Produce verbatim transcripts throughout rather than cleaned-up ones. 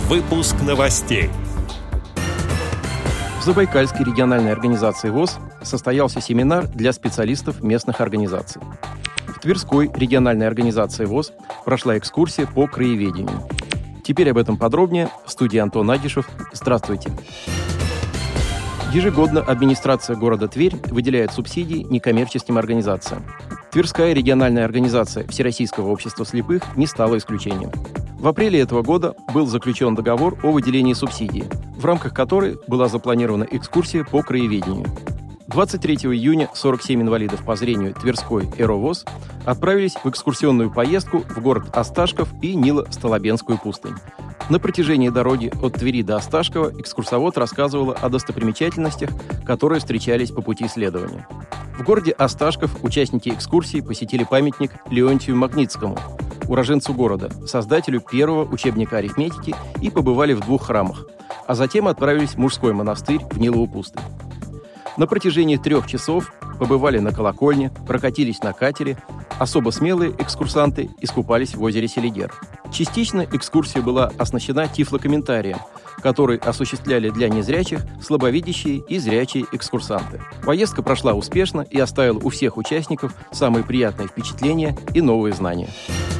Выпуск новостей. В Забайкальской региональной организации ВОС состоялся семинар для специалистов местных организаций. В Тверской региональной организации ВОС прошла экскурсия по краеведению. Теперь об этом подробнее. В студии Антон Агишев. Здравствуйте. Ежегодно администрация города Тверь выделяет субсидии некоммерческим организациям. Тверская региональная организация Всероссийского общества слепых не стала исключением. В апреле этого года был заключен договор о выделении субсидии, в рамках которой была запланирована экскурсия по краеведению. двадцать третьего июня сорок семь инвалидов по зрению Тверской ЭРО-ВОС отправились в экскурсионную поездку в город Осташков и Нило-Столобенскую пустынь. На протяжении дороги от Твери до Осташкова экскурсовод рассказывала о достопримечательностях, которые встречались по пути исследования. В городе Осташков участники экскурсии посетили памятник Леонтию Магнитскому, уроженцу города, создателю первого учебника арифметики, и побывали в двух храмах, а затем отправились в мужской монастырь в Нилову пустынь. На протяжении трех часов побывали на колокольне, прокатились на катере, особо смелые экскурсанты искупались в озере Селигер. Частично экскурсия была оснащена тифлокомментарием, который осуществляли для незрячих слабовидящие и зрячие экскурсанты. Поездка прошла успешно и оставила у всех участников самые приятные впечатления и новые знания.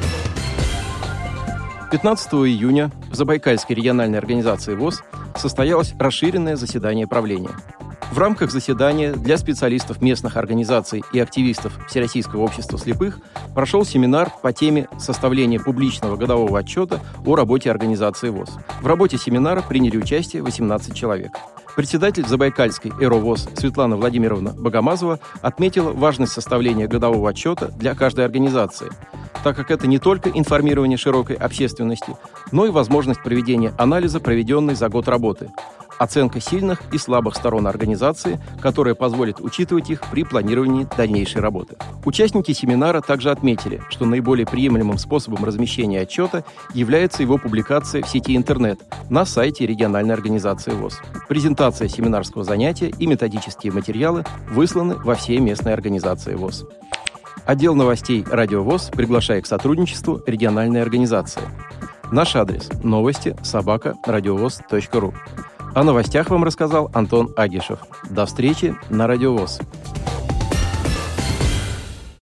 пятнадцатого июня в Забайкальской региональной организации ВОС состоялось расширенное заседание правления. В рамках заседания для специалистов местных организаций и активистов Всероссийского общества слепых прошел семинар по теме составления публичного годового отчета о работе организации ВОС. В работе семинара приняли участие восемнадцать человек. Председатель Забайкальской ЭРО-ВОС Светлана Владимировна Богомазова отметила важность составления годового отчета для каждой организации, так как это не только информирование широкой общественности, но и возможность проведения анализа проведенной за год работы, оценка сильных и слабых сторон организации, которая позволит учитывать их при планировании дальнейшей работы. Участники семинара также отметили, что наиболее приемлемым способом размещения отчета является его публикация в сети интернет на сайте региональной организации ВОС. Презентация семинарского занятия и методические материалы высланы во все местные организации ВОС. Отдел новостей «Радио ВОС» приглашает к сотрудничеству региональной организации. Наш адрес – новости собака радиовоз точка ру. О новостях вам рассказал Антон Агишев. До встречи на Радио ВОС.